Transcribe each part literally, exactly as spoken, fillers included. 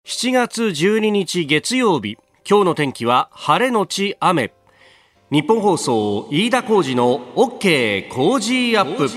しちがつじゅうににち月曜日、今日の天気は晴れのち雨。日本放送飯田浩司の OK 工事アップ。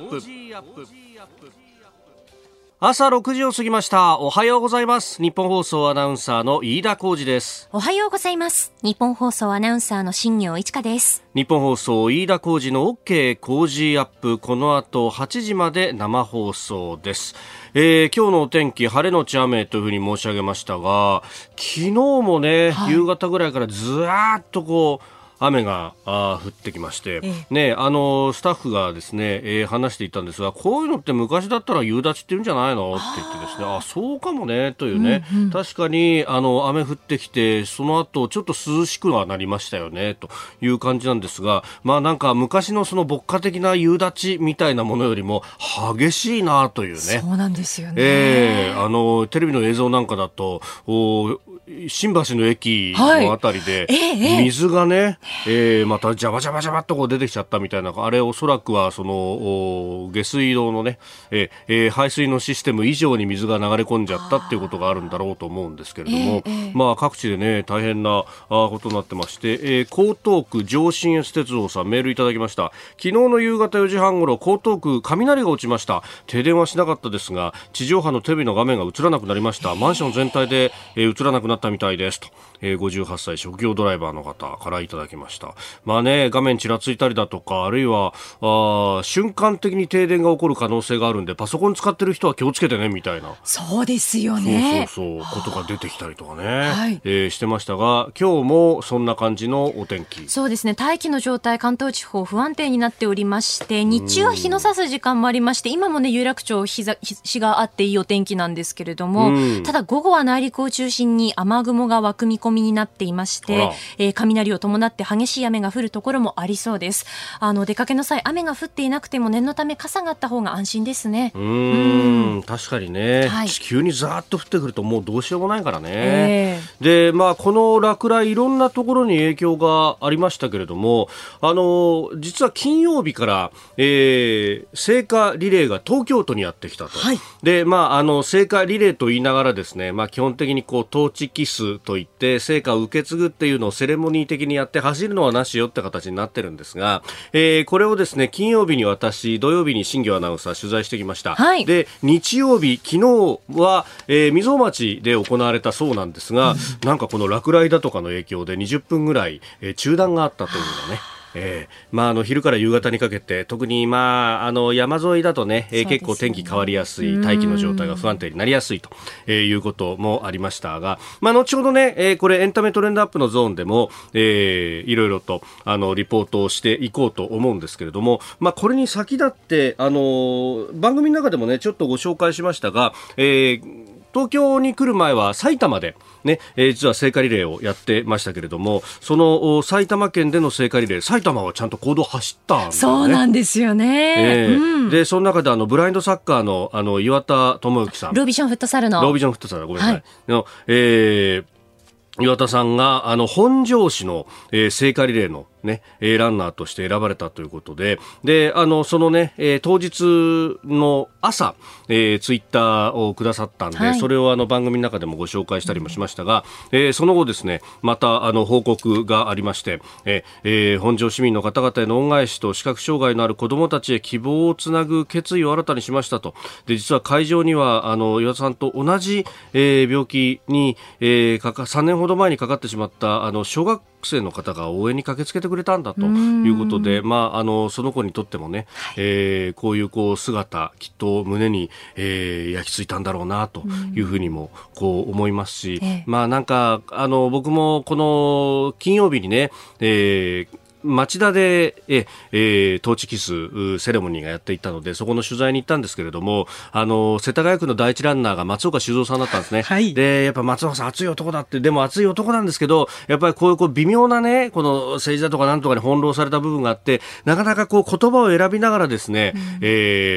朝ろくじを過ぎました。おはようございます。日本放送アナウンサーの飯田浩司です。 おはようございます。日本放送アナウンサーの新業一華です。 日本放送飯田浩司の OK 工事アップ、この後はちじまで生放送です。えー、今日のお天気晴れのち雨というふうに申し上げましたが、昨日もね、はい、夕方ぐらいからずーっとこう雨があ降ってきまして、ええね、あのスタッフがですね、えー、話していたんですが、こういうのって昔だったら夕立って言うんじゃないのって言ってですね、あ、そうかもねというね、うんうん、確かにあの雨降ってきて、その後ちょっと涼しくはなりましたよねという感じなんですが、まあなんか昔のその牧歌的な夕立みたいなものよりも激しいなというね。 そうなんですよね、 えー、あのテレビの映像なんかだとお新橋の駅のあたりで、はい、水がね、えー、またジャバジャバジャバっとこう出てきちゃったみたいな、あれおそらくはその下水道のね、えーえー、排水のシステム以上に水が流れ込んじゃったっていうことがあるんだろうと思うんですけれども、えーえー、まあ各地でね大変なことになってまして、えー、江東区上信越鉄道さんメールいただきました。昨日の夕方よじはんごろ、江東区雷が落ちました。停電はしなかったですが、地上波のテレビの画面が映らなくなりました。マンション全体で、えー、映らなくなったみたいですと、えー、ごじゅうはっさい職業ドライバーの方からいただきました。まあね、画面ちらついたりだとか、あるいはあ瞬間的に停電が起こる可能性があるんで、パソコン使ってる人は気をつけてねみたいな、 そうですよね、 そうそうそうことが出てきたりとかね、はい、えー、してましたが、今日もそんな感じのお天気。 そうですね、大気の状態関東地方不安定になっておりまして、日中は日の差す時間もありまして、今もね有楽町日差しがあっていいお天気なんですけれども、ただ午後は内陸を中心に雨雲が湧く見込みになっていまして、えー、雷を伴って激しい雨が降るところもありそうです。あの出かけの際、雨が降っていなくても念のため傘があった方が安心ですね。 うーん、うん、確かにね、はい、急にザーッと降ってくるともうどうしようもないからね、えー、で、まあ、この落雷いろんなところに影響がありましたけれども、あの実は金曜日から、えー、聖火リレーが東京都にやってきたと、はい、で、まあ、あの聖火リレーと言いながらですね、まあ、基本的にこうトーチキスといって聖火を受け継ぐっていうのをセレモニー的にやって、走るのはなしよって形になってるんですが、えー、これをですね金曜日に私、土曜日に新業アナウンサー取材してきました、はい、で日曜日、昨日は、えー、溝町で行われたそうなんですが、うん、なんかこの落雷だとかの影響でにじゅっぷんぐらい、えー、中断があったというのがね、えーまあ、あの昼から夕方にかけて、特に、まあ、あの山沿いだとね、えー、結構天気変わりやすい、大気の状態が不安定になりやすいと、えー、いうこともありましたが、まあ、後ほどね、えー、これエンタメトレンドアップのゾーンでも、えー、いろいろとあのリポートをしていこうと思うんですけれども、まあ、これに先立ってあの番組の中でもねちょっとご紹介しましたが、えー東京に来る前は埼玉で、ねえー、実は聖火リレーをやってましたけれども、その埼玉県での聖火リレー、埼玉はちゃんと公道走ったんだよね。 そうなんですよね、 えーうん、でその中であのブラインドサッカー の, あの岩田智之さん、 ロービジョンフットサルのロービジョンフットサルごめんなさい、はい、の、えー岩田さんがあの本庄市の、えー、聖火リレーのね、ランナーとして選ばれたということで、で、あの、そのね、えー、当日の朝、えー、ツイッターをくださったんで、はい、それをあの番組の中でもご紹介したりもしましたが、えー、その後ですね、またあの報告がありまして、えーえー、本庄市民の方々への恩返しと視覚障害のある子どもたちへ希望をつなぐ決意を新たにしましたと。で、実は会場にはあの岩田さんと同じ、えー、病気に、えー、かかさんねんほど前にかかってしまったあの小学生の方が応援に駆けつけてくれたんだということで、まあ、あのその子にとってもね、はい、えー、こういうこう姿きっと胸に、えー、焼き付いたんだろうなというふうにもこう思いますし、ええ、まあなんかあの僕もこの金曜日にね、えー町田でえ、えー、トーチキスセレモニーがやっていたので、そこの取材に行ったんですけれども、あの世田谷区の第一ランナーが松岡修造さんだったんですね、はい、でやっぱ松岡さん熱い男だって、でも熱い男なんですけど、やっぱりこういう、こう微妙なね、この政治だとかなんとかに翻弄された部分があって、なかなかこう言葉を選びながらですね、うん、えー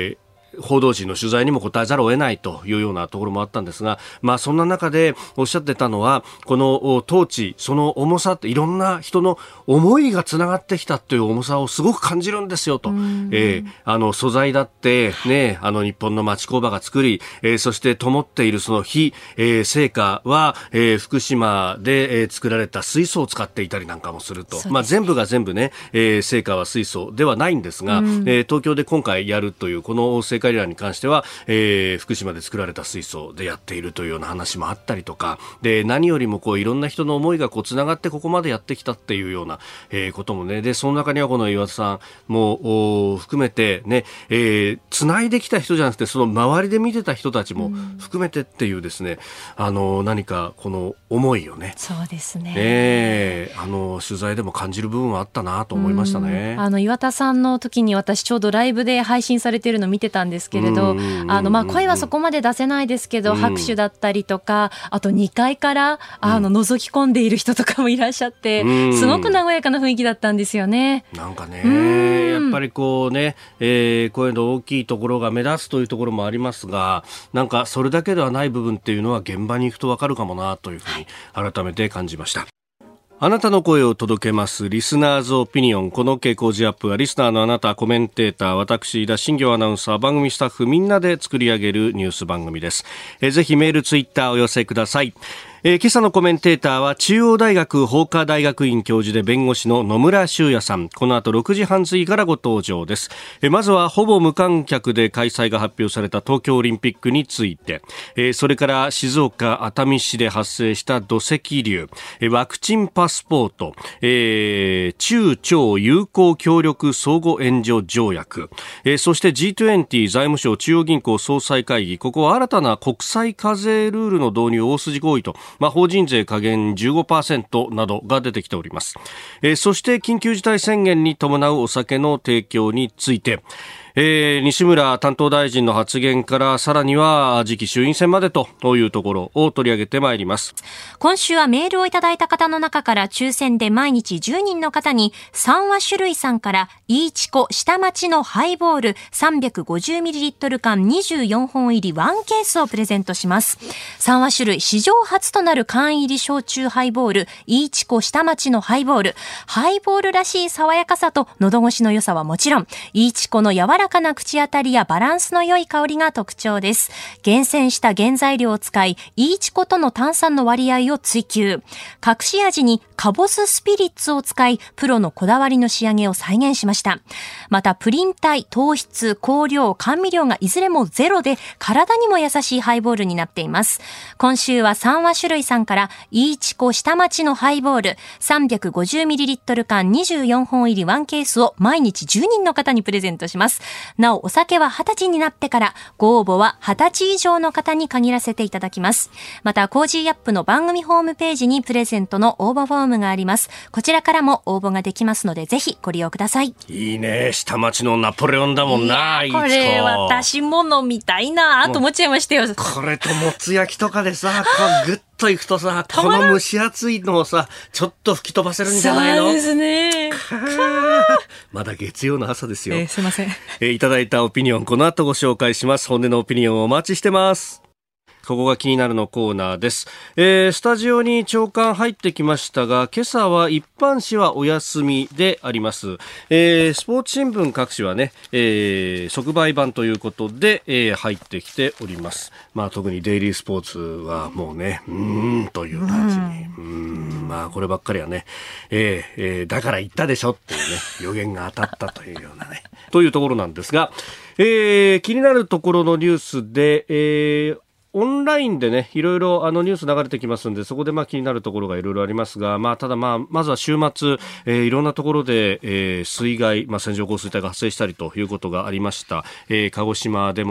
報道陣の取材にも答えざるを得ないというようなところもあったんですが、まあ、そんな中でおっしゃってたのは、この統治、その重さっていろんな人の思いがつながってきたという重さをすごく感じるんですよと、えー、あの素材だって、ね、あの日本の町工場が作り、えー、そして灯っているその火、えー、成果は、えー、福島で、えー、作られた水素を使っていたりなんかもすると、まあ、全部が全部ね、えー、成果は水素ではないんですが、えー、東京で今回やるというこの聖火リレーに関しては、えー、福島で作られた水素でやっているというような話もあったりとかで、何よりもこういろんな人の思いがこうつながってここまでやってきたっていうような、えー、こともね、でその中にはこの岩田さんも含めてね、えー、つないできた人じゃなくてその周りで見てた人たちも含めてっていうですね、あの何かこの思いをね、 そうですね、 えー、あの取材でも感じる部分はあったなと思いましたね。 あの岩田さんの時に私ちょうどライブで配信されているのを見てたんですけれど、あのまあ声はそこまで出せないですけど、拍手だったりとか、あとにかいからあの覗き込んでいる人とかもいらっしゃって、すごく和やかな雰囲気だったんですよね。 なんかね、やっぱりこうね、えー、声の大きいところが目立つというところもありますが、なんかそれだけではない部分っていうのは現場に行くと分かるかもなというふうに改めて感じました。あなたの声を届けますリスナーズオピニオン。この傾向時アップはリスナーのあなた、コメンテーター、私田新行アナウンサー、番組スタッフみんなで作り上げるニュース番組です。えぜひメールツイッターお寄せください。えー、今朝のコメンテーターは中央大学法科大学院教授で弁護士の野村修也さん。この後ろくじはん過ぎからご登場です。えー、まずはほぼ無観客で開催が発表された東京オリンピックについて、えー、それから静岡熱海市で発生した土石流、えー、ワクチンパスポート、えー、中朝友好協力相互援助条約、えー、そして ジートゥエンティー 財務省中央銀行総裁会議、ここは新たな国際課税ルールの導入大筋合意と、まあ、法人税下限 じゅうごパーセント などが出てきております。えー、そして緊急事態宣言に伴うお酒の提供について、えー、西村担当大臣の発言からさらには次期衆院選までというところを取り上げてまいります。 今週はメールをいただいた方の中から抽選で毎日じゅうにんの方に三和種類さんからイーチコ下町のハイボール さんびゃくごじゅうミリリットル 缶にじゅうよんほん入りワンケースをプレゼントします。三和種類史上初となる缶入り焼酎ハイボールイーチコ下町のハイボール、ハイボールらしい爽やかさと喉越しの良さはもちろん、イーチコの柔らかな口当たりやバランスの良い香りが特徴です。厳選した原材料を使い、イーチコとの炭酸の割合を追求。隠し味にカボススピリッツを使い、プロのこだわりの仕上げを再現しました。また、プリン体、糖質、香料、甘味料がいずれもゼロで、体にも優しいハイボールになっています。今週は三和種類さんから、イーチコ下町のハイボール さんびゃくごじゅうミリリットル 缶にじゅうよんほん入りワンケースを毎日じゅうにんの方にプレゼントします。なお、お酒ははたちになってから、ご応募ははたち以上の方に限らせていただきます。また、コージーアップの番組ホームページにプレゼントの応募フォームがあります。こちらからも応募ができますので、ぜひご利用ください。 いいね、下町のナポレオンだもんな。 いや、これ私も飲みたいなと思っちゃいましたよ。 これともつ焼きとかでさ、グッといくとさ、この蒸し暑いのをさ、ちょっと吹き飛ばせるんじゃないの？ そうですね。 まだ月曜の朝ですよ。 えー、すいません。 えー、いただいたオピニオン、この後ご紹介します。本音のオピニオンをお待ちしてます。ここが気になるのコーナーです。えー、スタジオに朝刊入ってきましたが、今朝は一般紙はお休みであります。えー、スポーツ新聞各紙はね、えー、即売版ということで、えー、入ってきております。まあ特にデイリースポーツはもうね、うーんという感じに、うーん、まあこればっかりはね、えーえー、だから言ったでしょっていうね、予言が当たったというようなね、というところなんですが、えー、気になるところのニュースで、えーオンラインでね、いろいろあのニュース流れてきますんで、そこでまあ気になるところがいろいろありますが、まあただまあ、まずは週末、えー、いろんなところで、えー、水害、まあ線状降水帯が発生したりということがありました。えー、鹿児島でもあっ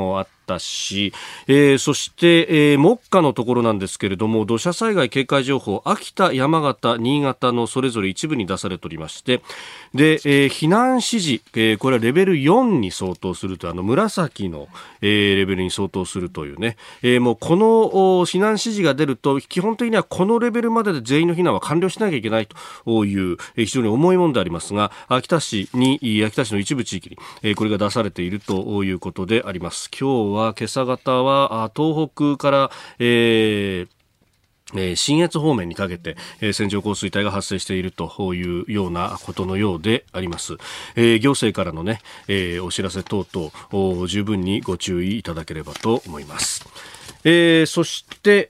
ったし、えー、そして、えー、目下のところなんですけれども、土砂災害警戒情報、秋田、山形、新潟のそれぞれ一部に出されておりまして、で、えー、避難指示、えー、これはレベルよんに相当すると、あの紫の、えー、レベルに相当するというね、えー、もうこの避難指示が出ると、基本的にはこのレベルまでで全員の避難は完了しなきゃいけないという、えー、非常に重いものでありますが、秋田市に、秋田市の一部地域に、えー、これが出されているということであります。今日は今朝方は東北から、えーえー、信越方面にかけて、えー、線状降水帯が発生しているというようなことのようであります。えー、行政からのね、えー、お知らせ等々十分にご注意いただければと思います。えー、そして、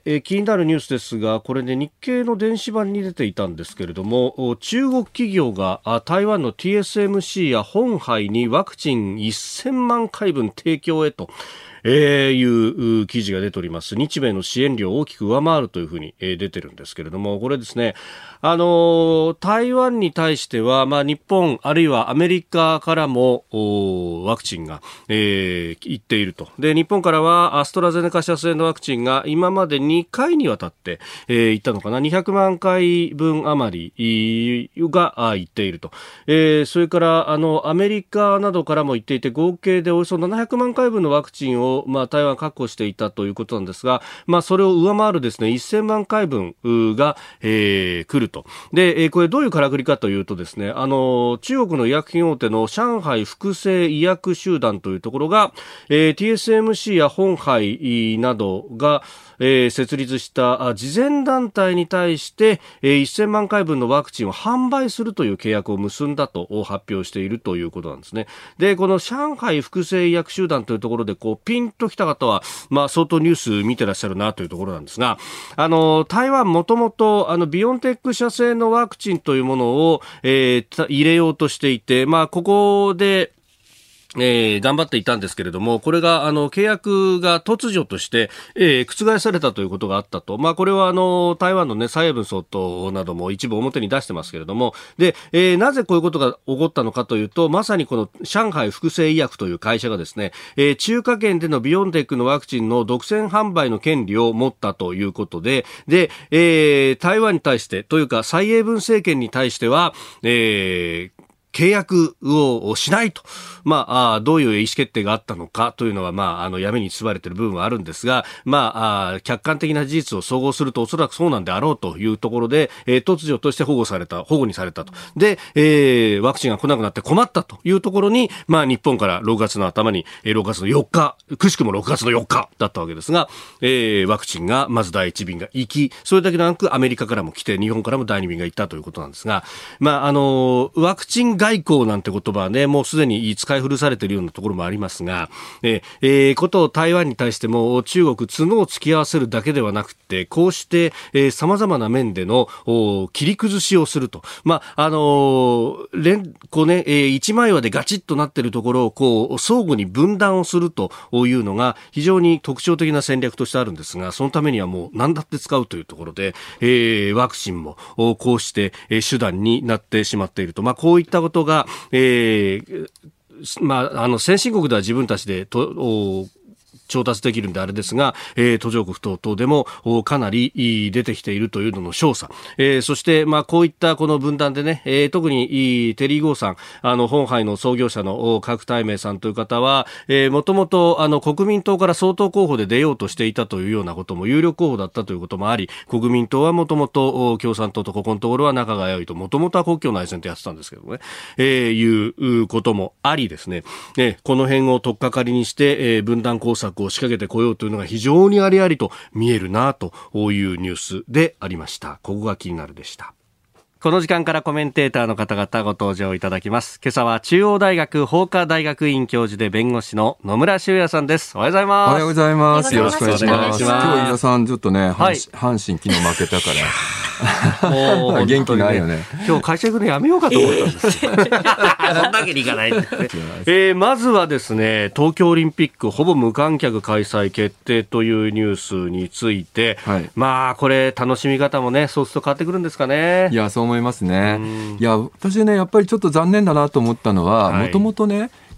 えー、気になるニュースですが、これね、日経の電子版に出ていたんですけれども、中国企業が台湾の ティーエスエムシー や鴻海にワクチンせんまんかいぶん提供へとえー、いう記事が出ております。日米の支援量を大きく上回るというふうに、えー、出てるんですけれども、これですね、あのー、台湾に対しては、まあ、日本あるいはアメリカからもワクチンが、えー、行っていると。で、日本からはアストラゼネカ社製のワクチンが今までにかいにわたって、えー、行ったのかな、にひゃくまんかいぶん余りが行っていると。えー、それからあのアメリカなどからも行っていて、合計でおよそななひゃくまんかいぶんのワクチンをまあ、台湾確保していたということなんですが、まあ、それを上回るですね、せんまんかいぶんが、えー、来ると。で、えー、これどういうからくりかというとですね、あの、中国の医薬品大手の上海複製医薬集団というところが、えー、ティーエスエムシー や鴻海などが、えー、設立した慈善団体に対して、えー、せんまんかいぶんのワクチンを販売するという契約を結んだと発表しているということなんですね。で、この上海複製医薬集団というところでこうピンときた方は、まあ、相当ニュース見てらっしゃるなというところなんですが、あの台湾もともとあのビオンテック社製のワクチンというものを、えー、入れようとしていて、まあ、ここでえー、頑張っていたんですけれども、これがあの契約が突如として、えー、覆されたということがあったと。まあ、これはあの台湾のね、蔡英文総統なども一部表に出してますけれども、で、えー、なぜこういうことが起こったのかというと、まさにこの上海複製医薬という会社がですね、えー、中華圏でのビオンテックのワクチンの独占販売の権利を持ったということで、で、えー、台湾に対してというか蔡英文政権に対しては、えー契約をしないと、まあ、どういう意思決定があったのかというのは、まあ、あの闇に包まれている部分はあるんですが、まあ、客観的な事実を総合するとおそらくそうなんであろうというところで、えー、突如として保護された保護にされたと。で、えー、ワクチンが来なくなって困ったというところに、まあ、日本からろくがつの頭に、えー、ろくがつのよっか、くしくもろくがつのよっかだったわけですが、えー、ワクチンがまず第一便が行き、それだけでなくアメリカからも来て、日本からも第二便が行ったということなんですが、まあ、あのワクチン外交なんて言葉はね、もうすでに使い古されているようなところもありますが、えー、ことを台湾に対しても中国角を突き合わせるだけではなくて、こうして、えー、様々な面での切り崩しをすると。まあ、あのー、連、こうね、えー、一枚岩でガチッとなっているところをこう、相互に分断をするというのが非常に特徴的な戦略としてあるんですが、そのためにはもう何だって使うというところで、えー、ワクチンもこうして、えー、手段になってしまっていると。まあ、こういったことがえーまあ、あの先進国では自分たちでと調達できるんであれですが、えー、途上国等々でもかなり出てきているというのの証左、えー、そして、まあ、こういったこの分断でね、えー、特にテリー・ゴーさん、あの鴻海の創業者の郭台銘さんという方は、えー、もともとあの国民党から総統候補で出ようとしていたというようなことも、有力候補だったということもあり、国民党はもともと共産党とここのところは仲が良いと、もともとは国境内戦とやってたんですけどね、えー、いうこともありですね、えー、この辺を取っかかりにして、えー、分断工作を仕掛けてこようというのが非常にありありと見えるなというニュースでありました。ここが気になるでした。この時間からコメンテーターの方々ご登場いただきます。今朝は中央大学法科大学院教授で弁護士の野村修也さんです。おはようございます。 おはようございます。よろしくお願いします。今日飯田さんちょっとね、 はい、 阪神昨日負けたから元気ないよね。 今日会社行くのやめようかと思ったんですよ。そんなわけにいかないって、えー、まずはですね、東京オリンピックほぼ無観客開催決定というニュースについて、はい、まあこれ楽しみ方もね、そうすると変わってくるんですかね。 いや、そう思いますね。いや、私ね、やっぱりちょっと残念だなと思ったのは、もともとね、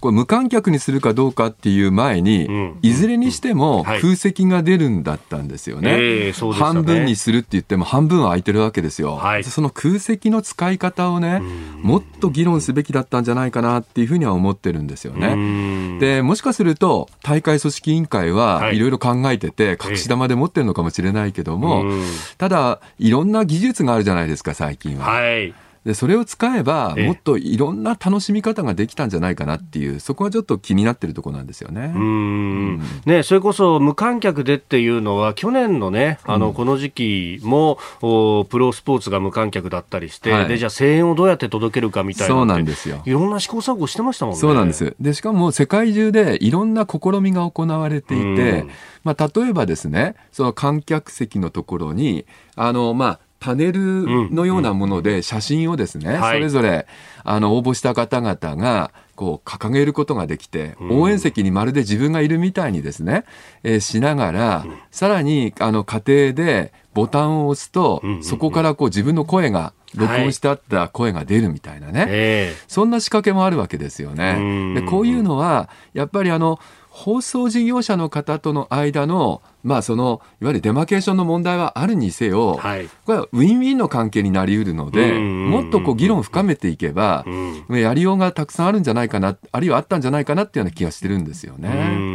これ無観客にするかどうかっていう前に、うん、いずれにしても空席が出るんだったんですよね。はい、えー、そうでしたね。半分にするって言っても半分は空いてるわけですよ。はい、その空席の使い方をね、もっと議論すべきだったんじゃないかなっていうふうには思ってるんですよね。で、もしかすると大会組織委員会はいろいろ考えてて隠し玉で持ってるのかもしれないけども、ただいろんな技術があるじゃないですか最近は。はい、でそれを使えばもっといろんな楽しみ方ができたんじゃないかなっていう、そこはちょっと気になってるところなんですよね。うーん、 うん、ね、それこそ無観客でっていうのは去年のね、あのこの時期も、うん、プロスポーツが無観客だったりして、はい、でじゃあ声援をどうやって届けるかみたいな、そうなんですよ。いろんな試行錯誤してましたもんね。 そうなんです。でしかも世界中でいろんな試みが行われていて、まあ、例えばですね、その観客席のところにあのまあパネルのようなもので写真をですね、うんうん、それぞれあの応募した方々がこう掲げることができて、うん、応援席にまるで自分がいるみたいにですね、えー、しながら、うん、さらにあの家庭でボタンを押すと、うんうんうん、そこからこう自分の声が録音してあった声が出るみたいなね、はい、そんな仕掛けもあるわけですよね。でこういうのはやっぱりあの放送事業者の方との間のまあ、そのいわゆるデマケーションの問題はあるにせよ、はい、これはウィンウィンの関係になりうるので、もっとこう議論を深めていけば、うん、やりようがたくさんあるんじゃないかな、あるいはあったんじゃないかなっていうような気がしてるんですよね。うん、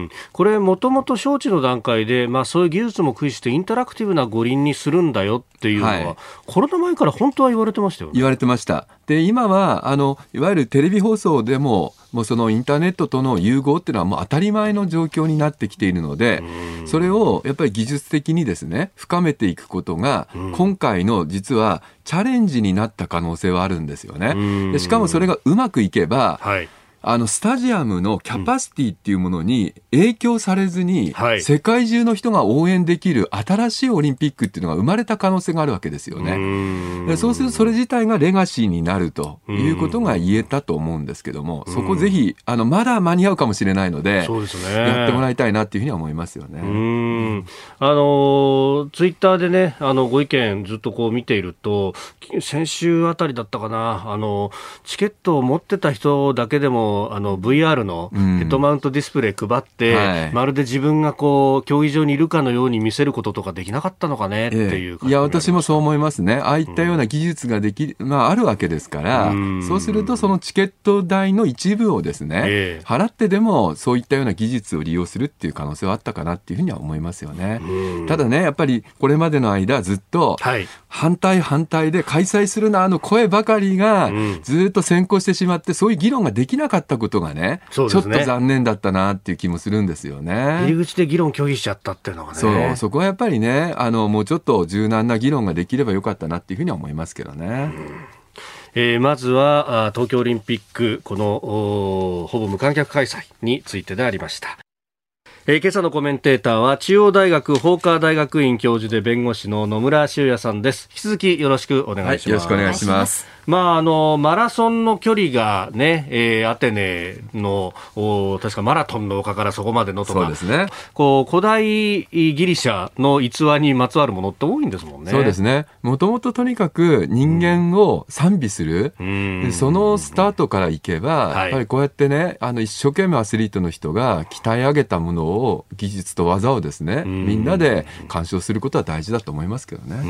これもともと招致の段階で、まあ、そういう技術も駆使してインタラクティブな五輪にするんだよっていうのは、はい、コロナ前から本当は言われてましたよね。 言われてました。で今はあのいわゆるテレビ放送でももうそのインターネットとの融合っていうのはもう当たり前の状況になってきているので、それをやっぱり技術的にですね深めていくことが今回の実はチャレンジになった可能性はあるんですよね。でしかもそれがうまくいけば、はい、あのスタジアムのキャパシティっていうものに影響されずに、うん、世界中の人が応援できる新しいオリンピックっていうのが生まれた可能性があるわけですよね。でそうするとそれ自体がレガシーになるということが言えたと思うんですけども、そこぜひあのまだ間に合うかもしれないので、そうですね、やってもらいたいなっていうふうには思いますよね。 うんあのツイッターでねあのご意見ずっとこう見ていると、先週あたりだったかな、あのチケットを持ってた人だけでもあの ブイアール のヘッドマウントディスプレイ配って、うんはい、まるで自分がこう競技場にいるかのように見せることとかできなかったのかねっていう、 ええ、いや私もそう思いますね。ああいったような技術ができ、まあ、あるわけですから、うん、そうするとそのチケット代の一部をですね、ええ、払ってでもそういったような技術を利用するっていう可能性はあったかなっていうふうには思いますよね。うん、ただねやっぱりこれまでの間ずっと反対反対で開催するなあの声ばかりがずっと先行してしまって、そういう議論ができなかったことがね、そうですね、ちょっと残念だったなっていう気もするんですよね。 入り口で議論拒否しちゃったっていうのがね、 そう、そこはやっぱりねあのもうちょっと柔軟な議論ができればよかったなっていうふうには思いますけどね。うんえー、まずは東京オリンピックこのほぼ無観客開催についてでありました。えー、今朝のコメンテーターは中央大学法科大学院教授で弁護士の野村修也さんです。引き続きよろしくお願いします。はい、よろしくお願いします。まあ、あのマラソンの距離が、ねえー、アテネの確かマラトンの丘からそこまでのとか、そうですね、こう古代ギリシャの逸話にまつわるものって多いんですもんね。 そうですね。もともととにかく人間を賛美する、うん、そのスタートからいけば、はい、やっぱりこうやってねあの一生懸命アスリートの人が鍛え上げたものを技術と技をですね、うん、みんなで鑑賞することは大事だと思いますけどね。うん、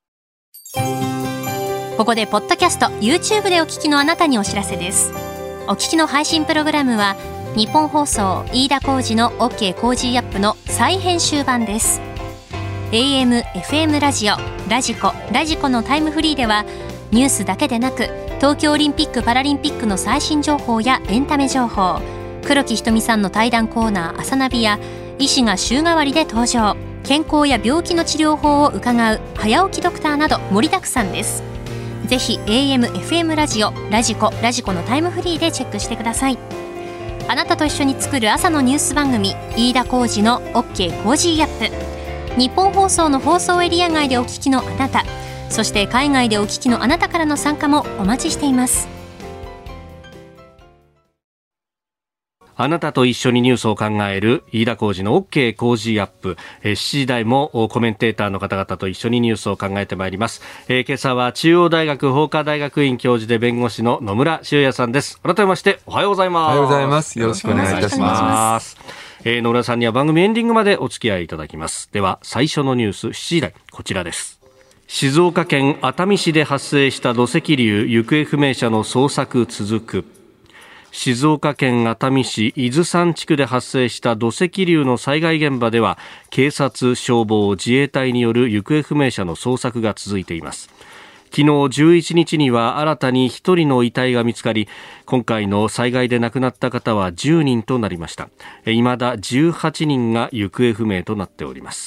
ここでポッドキャスト YouTube でお聞きのあなたにお知らせです。お聞きの配信プログラムは日本放送飯田浩司の OK コージーアップの再編集版です。 エーエム、エフエム ラジオ、ラジコ、ラジコのタイムフリーではニュースだけでなく東京オリンピック・パラリンピックの最新情報やエンタメ情報、黒木ひとみさんの対談コーナー朝ナビや医師が週替わりで登場、健康や病気の治療法を伺う早起きドクターなど盛りだくさんです。ぜひ エーエム、エフエム ラジオ、ラジコ、ラジコのタイムフリーでチェックしてください。あなたと一緒に作る朝のニュース番組飯田浩司の OK コージーアップ。日本放送の放送エリア外でお聞きのあなた、そして海外でお聞きのあなたからの参加もお待ちしています。 あなたと一緒にニュースを考える飯田浩司の OK 工事アップ、えー、しちじ台もコメンテーターの方々と一緒にニュースを考えてまいります。えー、今朝は中央大学法科大学院教授で弁護士の野村修也さんです。改めましておはようございます。 おはようございます。よろしくお願いいたします。 えー、野村さんには番組エンディングまでお付き合いいただきます。では最初のニュースしちじ台、こちらです。静岡県熱海市で発生した土石流、行方不明者の捜索続く。静岡県熱海市伊豆山地区で発生した土石流の災害現場では、警察、消防、自衛隊による行方不明者の捜索が続いています。昨日じゅういちにちには新たにひとりの遺体が見つかり、今回の災害で亡くなった方はじゅうにんとなりました。未だじゅうはちにんが行方不明となっております。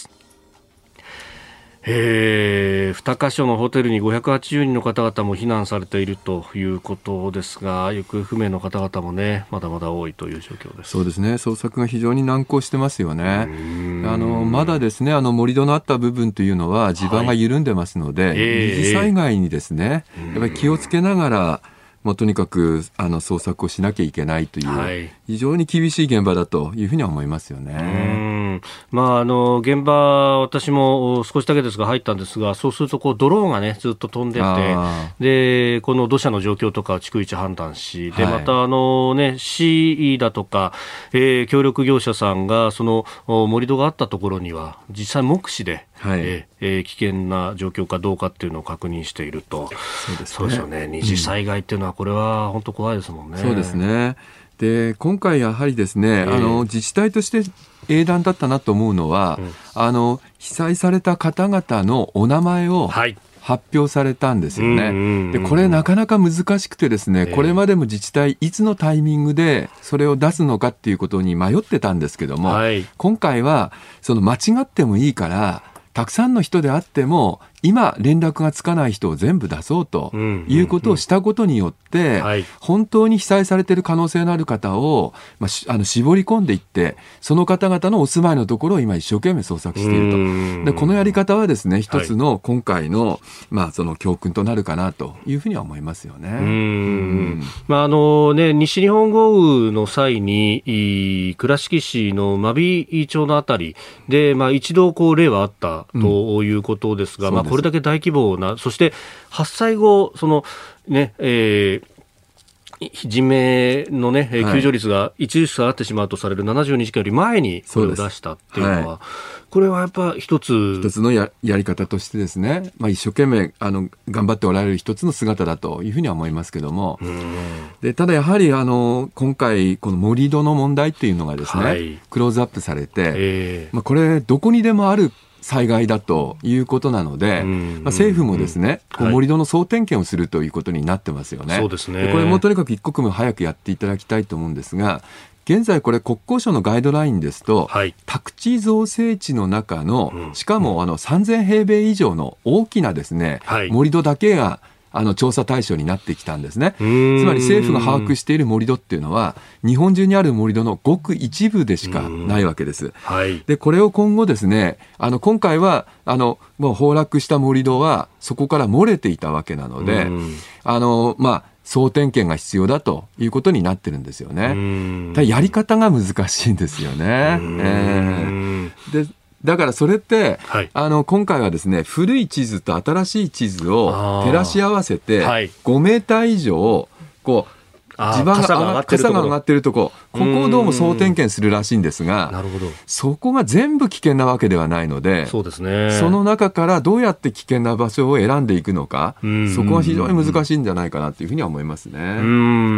えー、にカ所のホテルにごひゃくはちじゅうにんの方々も避難されているということですが、行方不明の方々もね、まだまだ多いという状況です。 そうですね、捜索が非常に難航してますよね。あのまだですね、あの盛り土のあった部分というのは地盤が緩んでますので、はい、二次災害にですね、やっぱり気をつけながらもうとにかくあの捜索をしなきゃいけないという、はい、非常に厳しい現場だというふうには思いますよね。 うんまあ、あの現場、私も少しだけですが入ったんですが、そうするとこうドローンが、ね、ずっと飛んでて、でこの土砂の状況とかを逐一判断し、でまたあの、ね、市だとか、えー、協力業者さんがその盛り土があったところには実際目視で、はいえー、危険な状況かどうかっていうのを確認していると。 そうですね、 そうですよね、二次災害っていうのはこれは本当怖いですもんね。 そうですね。で今回やはりですね、えー、あの自治体として英断だったなと思うのは、うん、あの被災された方々のお名前を発表されたんですよね、はい、でこれなかなか難しくてですね、これまでも自治体いつのタイミングでそれを出すのかっていうことに迷ってたんですけども、はい、今回はその間違ってもいいからたくさんの人であっても今連絡がつかない人を全部出そうということをしたことによって、はい、本当に被災されている可能性のある方を、まあ、あの絞り込んでいって、その方々のお住まいのところを今一生懸命捜索していると。でこのやり方はですね、一つの今回の、はいまあ、その教訓となるかなというふうには思いますよね。うんうんまああのね、西日本豪雨の際に倉敷市の真備町のあたりで、まあ、一度こう例はあったということですが、うんまあこれだけ大規模な、そして発災後そのね、えー、人命のね、はい、救助率が著しく下がってしまうとされるななじゅうにじかんより前にこれを出したっていうのは、はい、これはやっぱ一つ一つの や, やり方としてですね、まあ、一生懸命あの頑張っておられる一つの姿だというふうには思いますけども、でただやはりあの今回この盛り土の問題っていうのがですね、はい、クローズアップされて、えーまあ、これどこにでもある災害だということなので、まあ、政府もですね、こう盛り土の総点検をするということになってますよね。 そうですね。 これもとにかく一刻も早くやっていただきたいと思うんですが、現在これ国交省のガイドラインですと、はい、宅地造成地の中の、うん、しかもあのさんぜんへいべい以上の大きなですね、はい、盛り土だけがあの調査対象になってきたんですね。つまり政府が把握している盛り土っていうのは日本中にある盛り土のごく一部でしかないわけです。はい、でこれを今後ですね、あの今回はあのもう崩落した盛り土はそこから漏れていたわけなので、あのまあ総点検が必要だということになってるんですよね。ただやり方が難しいんですよね。えー、でだからそれって、はい、あの今回はですね、古い地図と新しい地図を照らし合わせてごメーター以上こう地盤が上がってるところ、傘が上がってるとこ、ここをどうも総点検するらしいんですが、なるほど、そこが全部危険なわけではないので、そうですね、その中からどうやって危険な場所を選んでいくのか、そこは非常に難しいんじゃないかなというふうには思いますね。 うん、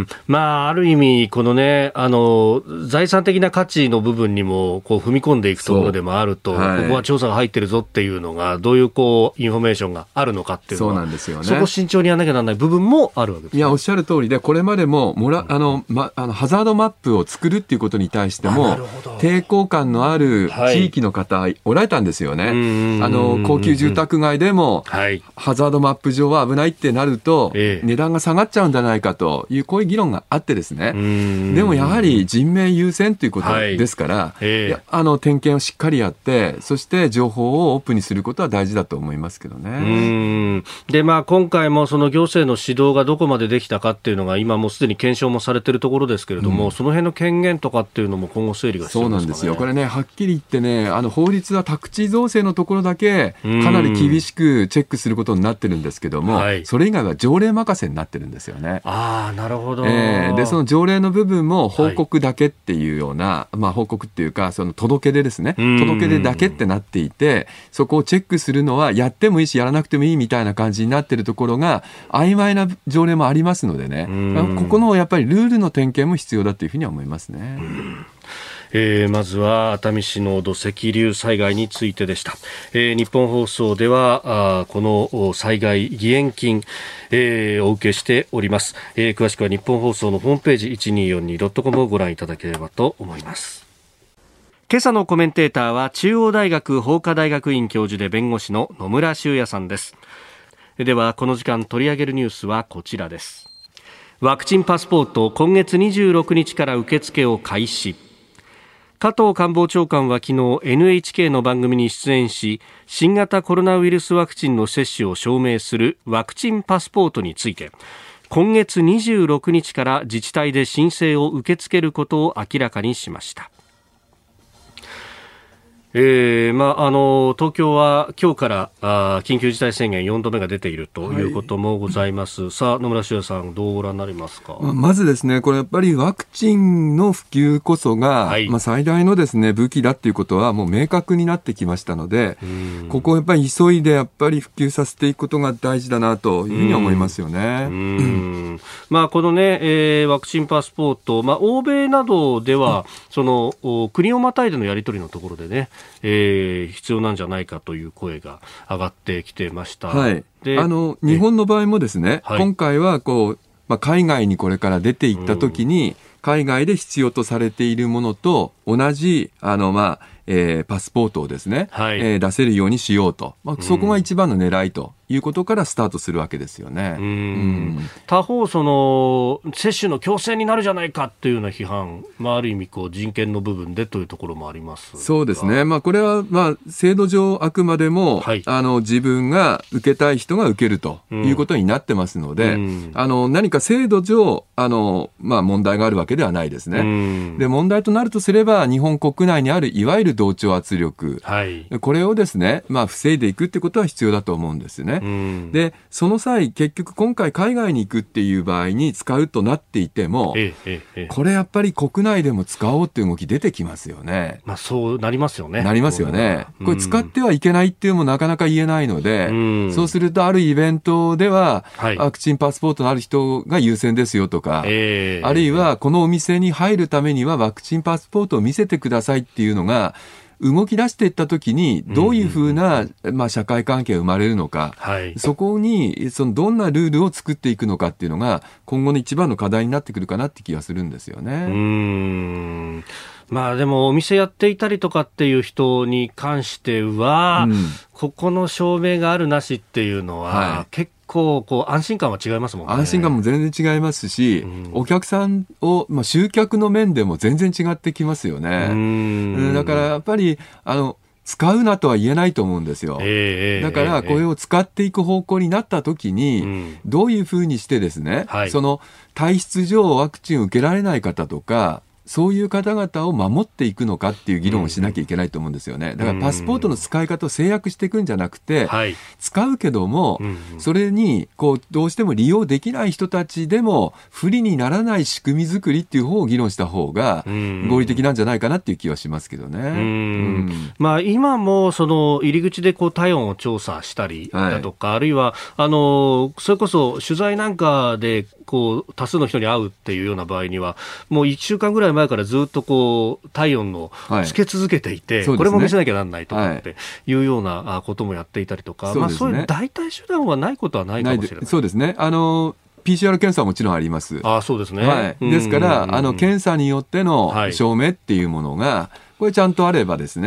まあ、ある意味このね、あの財産的な価値の部分にもこう踏み込んでいくところでもあると、はい、ここは調査が入ってるぞっていうのがどういうこうインフォメーションがあるのかっていうのは、そうなんですよね、そこ慎重にやらなきゃならない部分もあるわけです、ね、 いやおっしゃる通りで、これまでももらあの、ま、あのハザードマップを作るっていうことに対しても抵抗感のある地域の方、はい、おられたんですよね。あの高級住宅街でも、はい、ハザードマップ上は危ないってなると、ええ、値段が下がっちゃうんじゃないかというこういう議論があってですね、でもやはり人命優先ということですから、はいええ、いやあの点検をしっかりやって、そして情報をオープンにすることは大事だと思いますけどね。 うんで、まあ、今回もその行政の指導がどこまでできたかっていうのが今もうすでにに検証もされているところですけれども、うん、その辺の権限とかっていうのも今後整理が必要ですかね。 そうなんですよ。これね、はっきり言ってね、あの法律は宅地造成のところだけかなり厳しくチェックすることになってるんですけども、はい、それ以外は条例任せになってるんですよね。 あー、なるほど。 えー、でその条例の部分も報告だけっていうような、はい、まあ、報告っていうかその届け出ですね、届け出だけってなっていて、そこをチェックするのはやってもいいしやらなくてもいいみたいな感じになってるところが曖昧な条例もありますのでね、ここのやっぱりルールの点検も必要だというふうには思いますね。 えー、まずは熱海市の土石流災害についてでした。えー、日本放送ではあこの災害義援金、えー、お受けしております。えー、詳しくは日本放送のホームページ いちにーよんにドットコム をご覧いただければと思います。今朝のコメンテーターは中央大学法科大学院教授で弁護士の野村修也さんです。ではこの時間取り上げるニュースはこちらです。ワクチンパスポート今月にじゅうろくにちから受付を開始。加藤官房長官は昨日 エヌエイチケー の番組に出演し、新型コロナウイルスワクチンの接種を証明するワクチンパスポートについて、今月にじゅうろくにちから自治体で申請を受け付けることを明らかにしました。えーまあ、あの東京は今日からあ緊急事態宣言よんどめが出ているということもございます、はい、さあ野村修也さんどうご覧になりますか。 まずですね、これやっぱりワクチンの普及こそが、はい、まあ、最大のですね武器だということはもう明確になってきましたので、ここをやっぱり急いでやっぱり普及させていくことが大事だなというふうに思いますよね。 うんうんまあ、このね、えー、ワクチンパスポート、まあ、欧米などではその国をまたいでのやり取りのところでね、えー、必要なんじゃないかという声が上がってきてました。 はい、であの日本の場合もですね、はい、今回はこう、まあ、海外にこれから出ていったときに海外で必要とされているものと同じあの、まあえー、パスポートをですね、はいえー、出せるようにしようと、まあ、そこが一番の狙いということからスタートするわけですよね。うんうん他方その接種の強制になるじゃないかというような批判、まあ、ある意味こう人権の部分でというところもありますが。 そうですね、まあ、これはまあ制度上あくまでも、はい、あの自分が受けたい人が受けるということになってますので、うん、あの何か制度上あの、まあ、問題があるわけではないですね。うん、で問題となるとすれば日本国内にあるいわゆる同調圧力、はい、これをですね、まあ、防いでいくってことは必要だと思うんですね。うん、でその際結局今回海外に行くっていう場合に使うとなっていても、ええええ、これやっぱり国内でも使おうっていう動き出てきますよね。 まあ、そうなりますよね。 なりますよね。これ使ってはいけないっていうのもなかなか言えないので、うん、そうするとあるイベントでは、はい、ワクチンパスポートのある人が優先ですよとか、えー、あるいはこのお店に入るためにはワクチンパスポートを見せてくださいっていうのが動き出していったときにどういうふうな、まあ、社会関係が生まれるのか、はい、そこにそのどんなルールを作っていくのかっていうのが今後の一番の課題になってくるかなって気がするんですよね。うーんまあでもお店やっていたりとかっていう人に関しては、うん、ここの証明があるなしっていうのは、はい、結構こう安心感は違いますもんね。 安心感も全然違いますし、うん、お客さんを、まあ、集客の面でも全然違ってきますよね。うん、だからやっぱりあの使うなとは言えないと思うんですよ。えー、だからこれを使っていく方向になったときに、うん、どういうふうにしてですね、はい、その体質上ワクチンを受けられない方とかそういう方々を守っていくのかっていう議論をしなきゃいけないと思うんですよね。だからパスポートの使い方を制約していくんじゃなくて、はい、使うけども、それにこうどうしても利用できない人たちでも不利にならない仕組み作りっていう方を議論した方が合理的なんじゃないかなっていう気はしますけどね。うんうんまあ、今もその入り口でこう体温を調査したりだとか、はい、あるいはあのそれこそ取材なんかでこう多数の人に会うっていうような場合にはもういっしゅうかんぐらい前からずっとこう体温のつけ続けていて、はいね、これも見せなきゃなんないとかっていうようなこともやっていたりとか、はいまあ、そういう代替手段はないことはないかもしれない。 そうですね。あのピーシーアール 検査はもちろんあります。 あそうですね、 はい、ですからあの検査によっての証明っていうものがこれちゃんとあればですね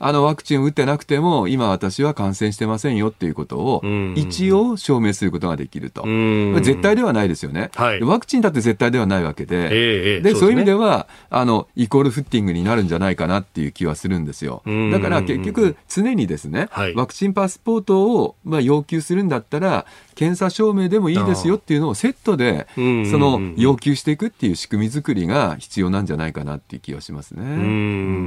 あのワクチンを打ってなくても今私は感染してませんよっていうことを一応証明することができると。絶対ではないですよね、はい、ワクチンだって絶対ではないわけで、えー、で、そうそういう意味ではあのイコールフッティングになるんじゃないかなっていう気はするんですよ。だから結局常にですね、はい、ワクチンパスポートをまあ要求するんだったら検査証明でもいいですよっていうのをセットでその要求していくっていう仕組み作りが必要なんじゃないかなっていう気がしますね。うん、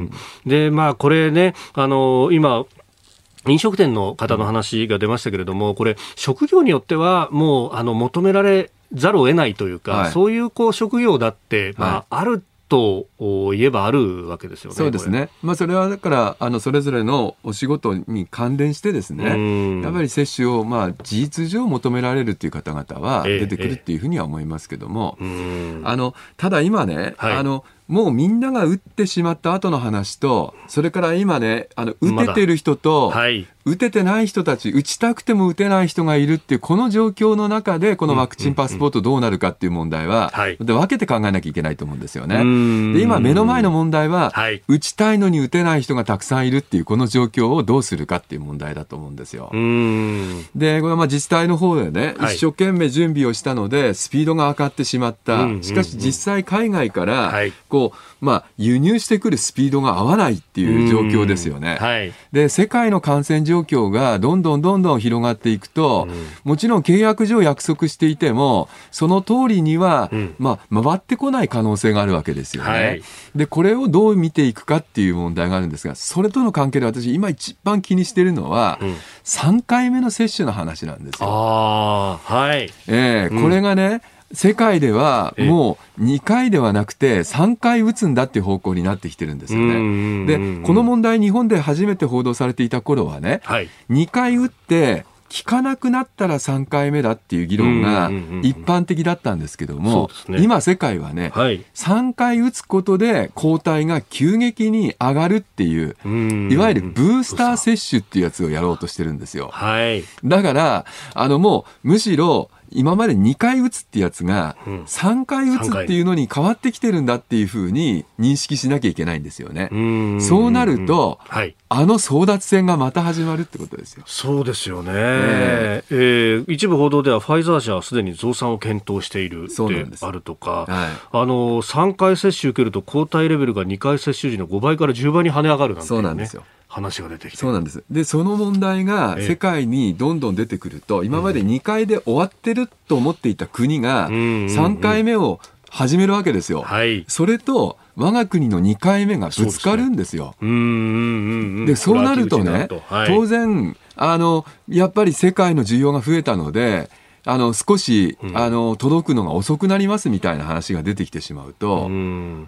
で、まあこれね、あの今飲食店の方の話が出ましたけれども、これ職業によってはもうあの求められざるを得ないというか、はい、そういうこう職業だって、まあはい、あると言えばあるわけですよね。 そうですね、まあ、それはだからあのそれぞれのお仕事に関連してですね、やっぱり接種をまあ事実上求められるという方々は出てくるっていうふうには思いますけども、ええ、あのただ今ね、はい、あのもうみんなが打ってしまった後の話と、それから今ね、あの打ててる人と、はい、打ててない人たち、打ちたくても打てない人がいるっていうこの状況の中でこのワクチンパスポートどうなるかっていう問題は、うんうんうん、で分けて考えなきゃいけないと思うんですよね。で今目の前の問題は、はい、打ちたいのに打てない人がたくさんいるっていうこの状況をどうするかっていう問題だと思うんですよ。うんでこれはまあ自治体の方でね、はい、一生懸命準備をしたのでスピードが上がってしまった、うんうんうん、しかし実際海外から、はい、こうまあ、輸入してくるスピードが合わないっていう状況ですよね。はい、で世界の感染状況がどんどんどんどん広がっていくと、もちろん契約上約束していてもその通りには、うんまあ、回ってこない可能性があるわけですよね。はい、でこれをどう見ていくかっていう問題があるんですが、それとの関係で私今一番気にしているのは、うん、さんかいめの接種の話なんですよ。あ、はいえー、これがね、うん世界ではもうにかいではなくてさんかい打つんだっていう方向になってきてるんですよね。でこの問題日本で初めて報道されていた頃はね、はい、にかい打って効かなくなったらさんかいめだっていう議論が一般的だったんですけども、ね、今世界はね、はい、さんかい打つことで抗体が急激に上がるっていういわゆるブースター接種っていうやつをやろうとしてるんですよ。はい、だからあのもうむしろ今までにかい打つってやつがさんかい打つっていうのに変わってきてるんだっていうふうに認識しなきゃいけないんですよね。うそうなると、はい、あの争奪戦がまた始まるってことですよ。 そうですよね、えーえー、一部報道ではファイザー社はすでに増産を検討しているってあるとか、はい、あのさんかい接種受けると抗体レベルがにかい接種時のごばいからじゅうばいに跳ね上がるなんていうね。そうなんですよ。話が出てきてそうなんです。でその問題が世界にどんどん出てくると、今までにかいで終わってると思っていた国がさんかいめを始めるわけですよ。はい、それと我が国のにかいめがぶつかるんですよ。そうですね。うんうんうん。でそうなるとね、はい、当然あのやっぱり世界の需要が増えたのであの少し、うん、あの届くのが遅くなりますみたいな話が出てきてしまうと、うん、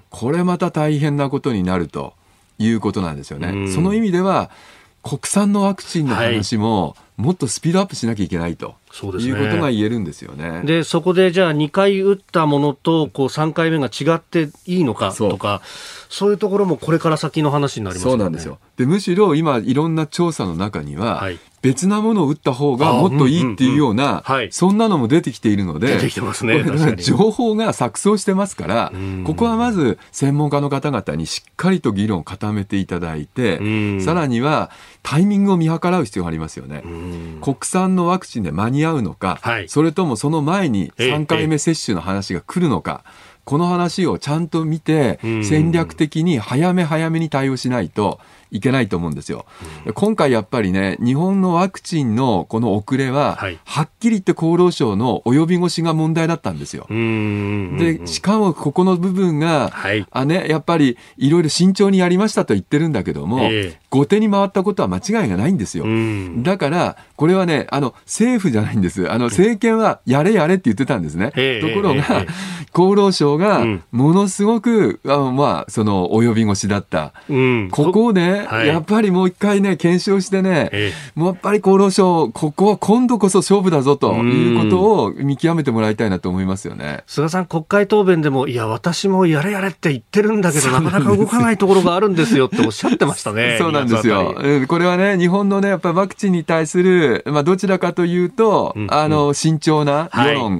これまた大変なことになるということなんですよね。うん、その意味では国産のワクチンの話ももっとスピードアップしなきゃいけないと、そうですね、いうことが言えるんですよね。 でそこでじゃあにかい打ったものとこうさんかいめが違っていいのかとか、そういうところもこれから先の話になりますよね。 そうなんですよ。でむしろ今いろんな調査の中には、はい、別なものを打った方がもっといいっていうような、うんうんうんはい、そんなのも出てきているので、 出てきてますね。 情報が錯綜してますから、ここはまず専門家の方々にしっかりと議論を固めていただいて、さらにはタイミングを見計らう必要がありますよね。国産のワクチンで間に合うのか、はい、それともその前にさんかいめ接種の話が来るのか、この話をちゃんと見て戦略的に早め早めに対応しないといけないと思うんですよ。うん、今回やっぱりね日本のワクチンのこの遅れは、はい、はっきり言って厚労省の及び腰が問題だったんですよ。うんうんうん、でしかもここの部分が、はい、あね、やっぱりいろいろ慎重にやりましたと言ってるんだけども、えー、後手に回ったことは間違いがないんですよ。うん、だからこれはねあの政府じゃないんです。あの政権はやれやれって言ってたんですね。えー、ところが、えー、厚労省がものすごく、うん、あまあその及び腰だった、うん、ここをねはい、やっぱりもう一回ね検証してね、ええ、もうやっぱり厚労省ここは今度こそ勝負だぞということを見極めてもらいたいなと思いますよね。 菅さん国会答弁でもいや私もやれやれって言ってるんだけどなかなか動かないところがあるんですよっておっしゃってましたね。 そうなんですよ。これはね日本のねやっぱりワクチンに対する、まあ、どちらかというと、うん、あの慎重な世論、はい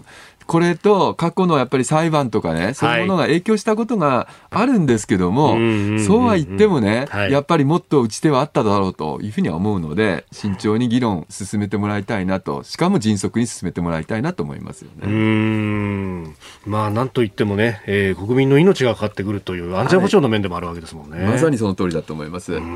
これと過去のやっぱり裁判とかね、そういうものが影響したことがあるんですけども、はい、そうは言ってもね、はい、やっぱりもっと打ち手はあっただろうというふうには思うので、慎重に議論進めてもらいたいなと、しかも迅速に進めてもらいたいなと思いますよね。 うーん、まあなんといってもね、えー、国民の命がかかってくるという安全保障の面でもあるわけですもんね。 はい、まさにその通りだと思います。うん、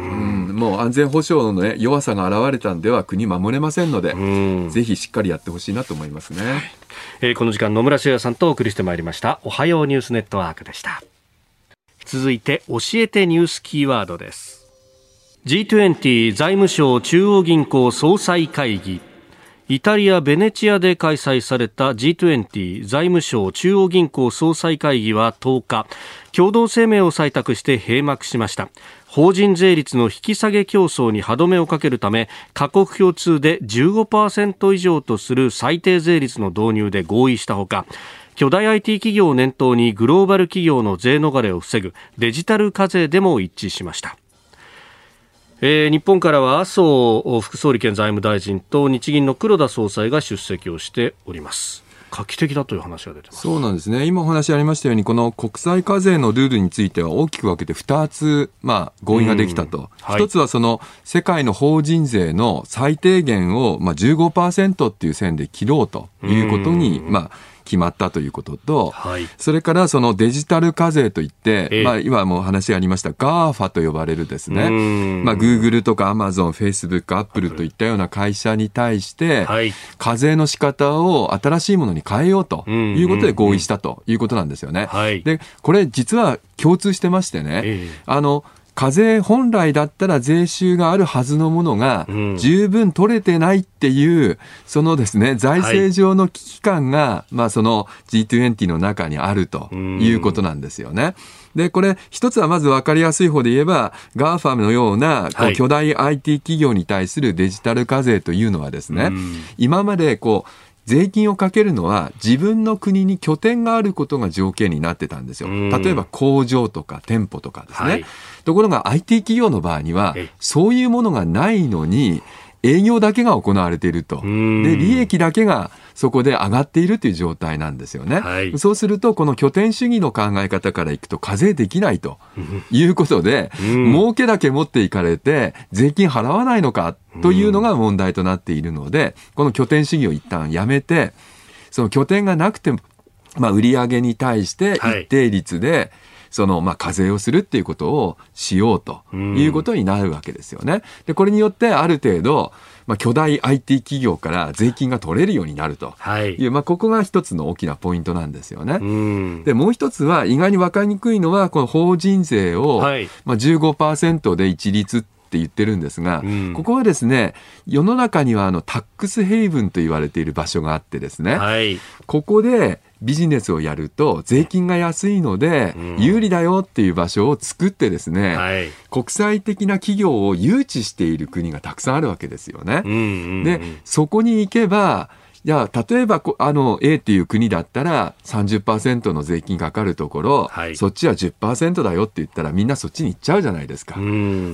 もう安全保障の、ね、弱さが現れたんでは国守れませんので、ぜひしっかりやってほしいなと思いますね。はい、 えー、この時間野村修也さんとお送りしてまいりました。おはようニュースネットワークでした。続いて教えてニュースキーワードです。 ジートゥエンティー 財務省中央銀行総裁会議。イタリア・ベネチアで開催された ジートゥエンティー 財務省中央銀行総裁会議はとおか、共同声明を採択して閉幕しました。法人税率の引き下げ競争に歯止めをかけるため、各国共通で じゅうごパーセント 以上とする最低税率の導入で合意したほか、巨大 アイティー 企業を念頭にグローバル企業の税逃れを防ぐデジタル課税でも一致しました。えー、日本からは麻生副総理兼財務大臣と日銀の黒田総裁が出席をしております。画期的だという話が出てます。 そうなんですね。今お話ありましたように、この国際課税のルールについては大きく分けてふたつ、まあ、合意ができたと。はい、ひとつはその世界の法人税の最低限をまあ じゅうごパーセント っていう線で切ろうということに、まあ決まったということと、はい、それからそのデジタル課税といって、ええ、まあ、今も話がありました ガーファ と呼ばれるですね、まあ、Google とか Amazon、Facebook、Apple といったような会社に対して、はい、課税の仕方を新しいものに変えようということで合意したということなんですよね。はい、でこれ実は共通してましてね、ええ、あの課税本来だったら税収があるはずのものが十分取れてないっていう、そのですね、財政上の危機感が、まあその ジートゥエンティー の中にあるということなんですよね。で、これ一つはまず分かりやすい方で言えば、ガーファ のようなこう巨大 アイティー 企業に対するデジタル課税というのはですね、今までこう、税金をかけるのは自分の国に拠点があることが条件になってたんですよ。例えば工場とか店舗とかですね。はい、ところが アイティー 企業の場合にはそういうものがないのに営業だけが行われていると。で、利益だけがそこで上がっているという状態なんですよね。はい、そうするとこの拠点主義の考え方からいくと課税できないということで、儲けだけ持っていかれて税金払わないのかというのが問題となっているので、この拠点主義を一旦やめて、その拠点がなくても、まあ、売上に対して一定率で、はい、そのまあ課税をするっていうことをしようということになるわけですよね。で、これによってある程度、まあ、巨大 アイティー 企業から税金が取れるようになるという、はい、まあ、ここが一つの大きなポイントなんですよね。で、もう一つは意外に分かりにくいのは、この法人税を、はい、まあ、じゅうごパーセント で一律って言ってるんですが、うん、ここはですね、世の中にはあのタックスヘイブンと言われている場所があってですね、はい、ここでビジネスをやると税金が安いので有利だよっていう場所を作ってですね、はい、国際的な企業を誘致している国がたくさんあるわけですよね。うんうんうん、で、そこに行けば、いや、例えばあの A っていう国だったら さんじゅっパーセント の税金かかるところ、はい、そっちは じゅっパーセント だよって言ったらみんなそっちに行っちゃうじゃないですか。うん、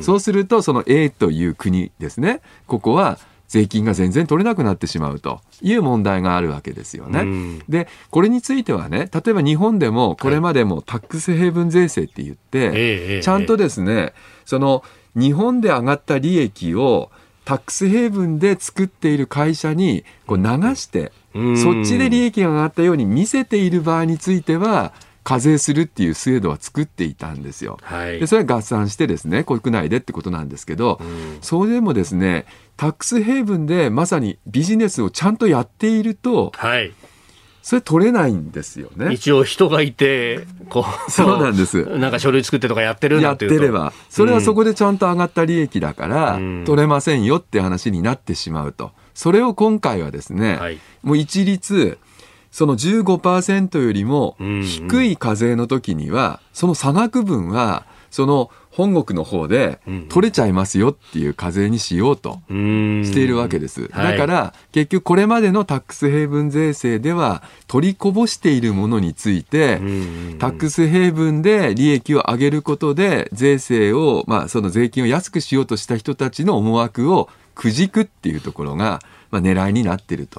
そうするとその A という国ですね、ここは税金が全然取れなくなってしまうという問題があるわけですよね。うん、で、これについてはね、例えば日本でもこれまでもタックスヘイブン税制って言って、はい、ちゃんとですね、その日本で上がった利益をタックスヘイブンで作っている会社にこう流して、うん、そっちで利益が上がったように見せている場合については課税するっていう制度は作っていたんですよ。はい、でそれは合算してですね、国内でってことなんですけど、うん、それでもですね、タックスヘイブンでまさにビジネスをちゃんとやっていると、はい、それ取れないんですよね。 一応人がいてこうそうなんです。 なんか書類作ってとかやってるんだっていうと、 やってればそれはそこでちゃんと上がった利益だから、うん、取れませんよって話になってしまうと。それを今回はですね、はい、もう一律その じゅうごパーセント よりも低い課税の時には、その差額分はその本国の方で取れちゃいますよっていう課税にしようとしているわけです。だから結局これまでのタックスヘイブン税制では取りこぼしているものについて、タックスヘイブンで利益を上げることで税制を、まあその税金を安くしようとした人たちの思惑をくじくっていうところが、まあ、狙いになっていると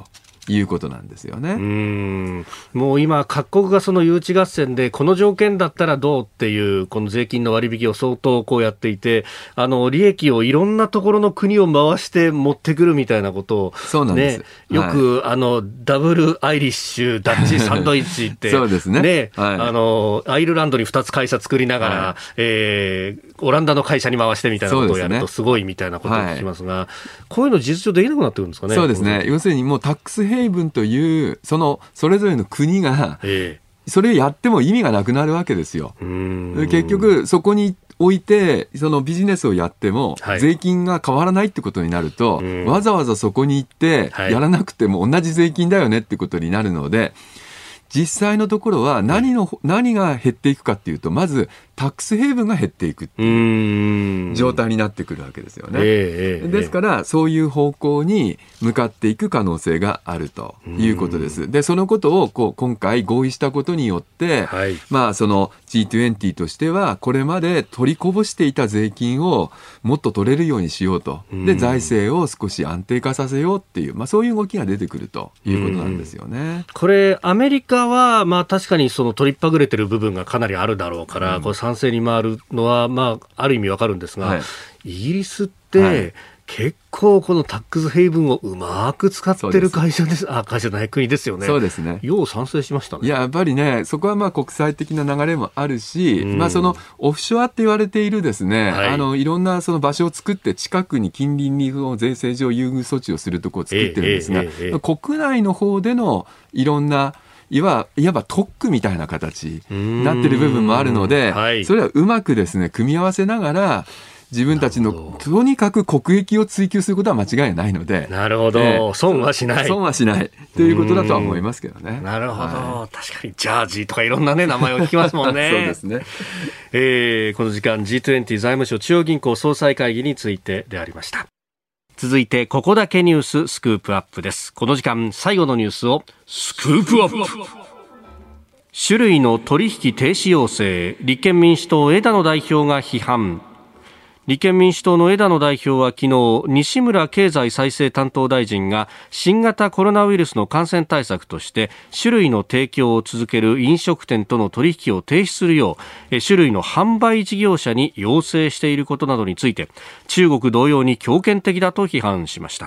いうことなんですよね。 うーん、もう今各国がその誘致合戦でこの条件だったらどうっていうこの税金の割引を相当こうやっていて、あの利益をいろんなところの国を回して持ってくるみたいなことを、 そうなんです、 ね、よく、はい、あのダブルアイリッシュダッチサンドイッチってそうですね、 ね、 はい、 あのアイルランドにふたつ会社作りながら、はい、えー、オランダの会社に回してみたいなことをやるとすごいみたいなことを聞きますが、はい、こういうの事実上できなくなってくるんですかね。 そうですね、要するにもうタックスヘイブンというそのそれぞれの国が、えー、それをやっても意味がなくなるわけですよ。うーん、結局そこに置いてそのビジネスをやっても税金が変わらないってことになると、はい、わざわざそこに行ってやらなくても同じ税金だよねってことになるので、実際のところは何の、何が減っていくかっていうと、まずタックスヘイブンが減っていくっていう状態になってくるわけですよね。えー、ですからそういう方向に向かっていく可能性があるということです。でそのことをこう今回合意したことによって、はい、まあその ジートゥエンティー としてはこれまで取りこぼしていた税金をもっと取れるようにしようと、で財政を少し安定化させようっていう、まあ、そういう動きが出てくるということなんですよね。 これアメリカはまあ確かにその取りっぱぐれてる部分がかなりあるだろうから、うん、これ賛成に回るのはまあある意味わかるんですが、はい、イギリスって、はい、結構このタックスヘイブンをうまく使ってる会社です。あ、会社ない国ですよね。 そうですね。 よう賛成しましたね。 いや、やっぱりね、そこはまあ国際的な流れもあるし、うん、まあそのオフショアって言われているですね、はい、あのいろんなその場所を作って近くに近隣に税制上優遇措置をするところを作ってるんですが、えーえーえー、国内の方でのいろんないわ, いわば特区みたいな形になっている部分もあるので、はい、それはうまくですね組み合わせながら自分たちのとにかく国益を追求することは間違いないので、 なるほど、えー、損はしない損はしないということだとは思いますけどね。 なるほど、はい、確かにジャージーとかいろんな、ね、名前を聞きますもんね。 そうですね、 えー、この時間 ジートゥエンティー 財務省中央銀行総裁会議についてでありました。続いてここだけニューススクープアップです。この時間最後のニュースをスクープアップ。種類の取引停止要請、立憲民主党枝野代表が批判。立憲民主党の枝野代表は昨日、西村経済再生担当大臣が新型コロナウイルスの感染対策として種類の提供を続ける飲食店との取引を停止するよう種類の販売事業者に要請していることなどについて、中国同様に強権的だと批判しました。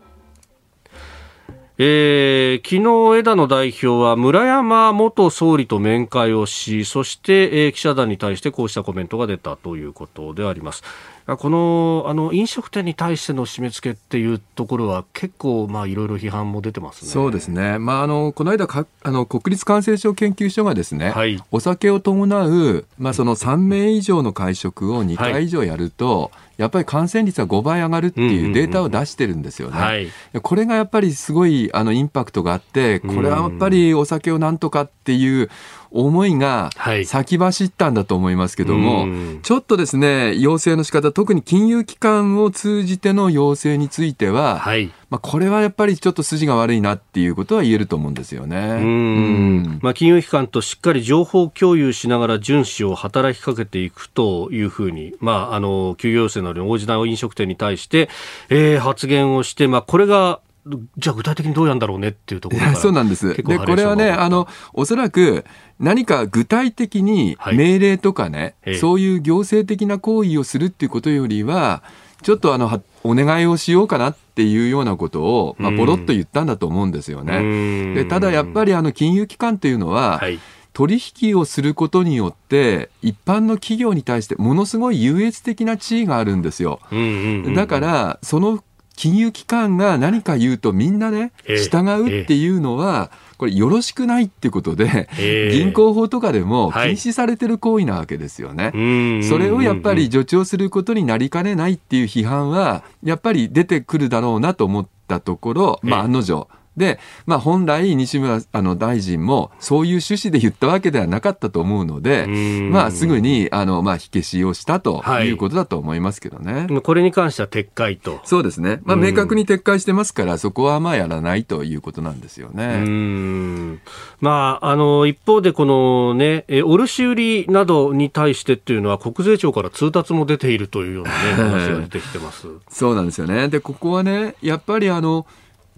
えー、昨日枝野代表は村山元総理と面会をし、そして、えー、記者団に対してこうしたコメントが出たということであります。この、あの飲食店に対しての締め付けっていうところは結構まあいろいろ批判も出てますね。 そうですね、まあ、あのこの間かあの国立感染症研究所がですね、はい、お酒を伴う、まあ、そのさんめい以上の会食をにかい以上やると、はい、やっぱり感染率はごばい上がるっていうデータを出してるんですよね、うんうんうん、はい、これがやっぱりすごいあのインパクトがあって、これはやっぱりお酒をなんとかっていう思いが先走ったんだと思いますけども、はい、ちょっとですね要請の仕方、特に金融機関を通じての要請については、はい、まあ、これはやっぱりちょっと筋が悪いなっていうことは言えると思うんですよね。うん、 うん、まあ、金融機関としっかり情報共有しながら遵守を働きかけていくというふうに、まあ、あの休業要請などに応じない飲食店に対して、えー、発言をして、まあ、これがじゃあ具体的にどうやるんだろうねっていうところから、 そうなんです。でこれはね、あのおそらく何か具体的に命令とかね、はい、そういう行政的な行為をするっていうことよりは、ちょっとあのお願いをしようかなっていうようなことを、まあ、ボロッと言ったんだと思うんですよね。でただやっぱりあの金融機関というのは、はい、取引をすることによって一般の企業に対してものすごい優越的な地位があるんですよ。だからその金融機関が何か言うとみんなね従うっていうのはこれよろしくないってことで、銀行法とかでも禁止されてる行為なわけですよね。それをやっぱり助長することになりかねないっていう批判はやっぱり出てくるだろうなと思ったところ、まあ案の定で、まあ、本来西村あの大臣もそういう趣旨で言ったわけではなかったと思うので、まあ、すぐにあの、まあ、火消しをしたということだと思いますけどね。 はい、これに関しては撤回と。 そうですね、まあ、明確に撤回してますからそこはまあやらないということなんですよね。うーん、まあ、あの一方でこの、ね、卸売などに対してっていうのは国税庁から通達も出ているというような、ね、話が出てきてます。 そうなんですよね。でここはねやっぱりあの